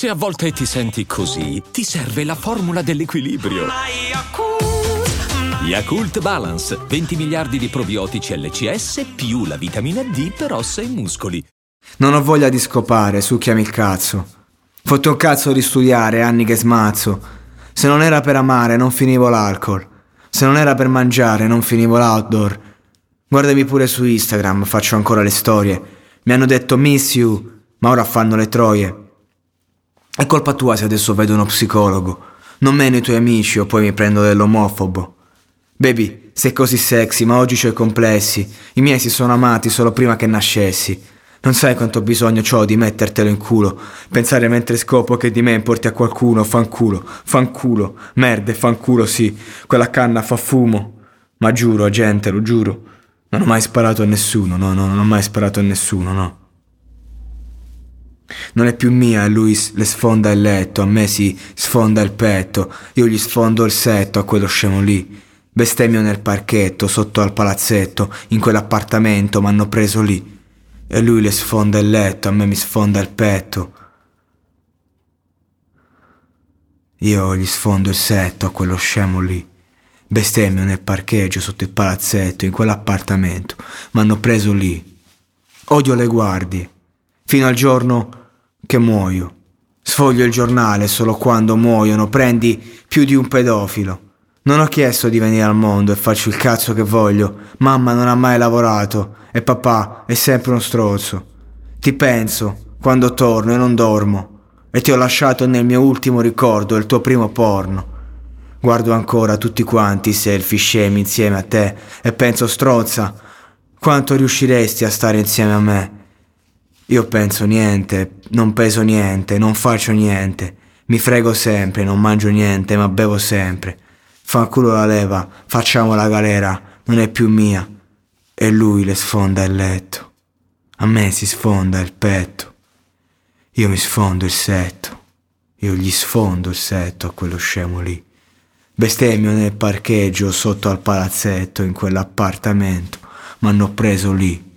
Se a volte ti senti così, ti serve la formula dell'equilibrio. Yakult Balance, 20 miliardi di probiotici LCS più la vitamina D per ossa e muscoli. Non ho voglia di scopare, succhiami il cazzo. Fotte un cazzo di studiare, anni che smazzo. Se non era per amare, non finivo l'alcol. Se non era per mangiare, non finivo l'outdoor. Guardami pure su Instagram, faccio ancora le storie. Mi hanno detto miss you, ma ora fanno le troie. È colpa tua se adesso vedo uno psicologo. Non meno i tuoi amici o poi mi prendo dell'omofobo. Baby, sei così sexy, ma oggi c'ho i complessi. I miei si sono amati solo prima che nascessi. Non sai quanto bisogno c'ho di mettertelo in culo. Pensare mentre scopo che di me importi a qualcuno. Fanculo, merde, fanculo sì. Quella canna fa fumo. Ma giuro, gente, lo giuro, non ho mai sparato a nessuno, no, non ho mai sparato a nessuno, no. Non è più mia e lui le sfonda il letto, a me si sfonda il petto. Io gli sfondo il setto a quello scemo lì. Bestemmio nel parchetto, sotto al palazzetto, in quell'appartamento m'hanno preso lì. E lui le sfonda il letto, a me mi sfonda il petto. Io gli sfondo il setto a quello scemo lì. Bestemmio nel parcheggio, sotto il palazzetto, in quell'appartamento. M'hanno preso lì. Odio le guardie, fino al giorno che muoio. Sfoglio il giornale solo quando muoiono, prendi più di un pedofilo. Non ho chiesto di venire al mondo e faccio il cazzo che voglio. Mamma non ha mai lavorato e papà è sempre uno stronzo. Ti penso quando torno e non dormo e ti ho lasciato nel mio ultimo ricordo il tuo primo porno. Guardo ancora tutti quanti i selfie scemi insieme a te e penso stronza, quanto riusciresti a stare insieme a me? Io penso niente, non peso niente, non faccio niente. Mi frego sempre, non mangio niente ma bevo sempre. Fanculo la leva, facciamo la galera, non è più mia. E lui le sfonda il letto. A me si sfonda il petto. Io mi sfondo il setto. Io gli sfondo il setto a quello scemo lì. Bestemmio nel parcheggio sotto al palazzetto in quell'appartamento. M'hanno preso lì.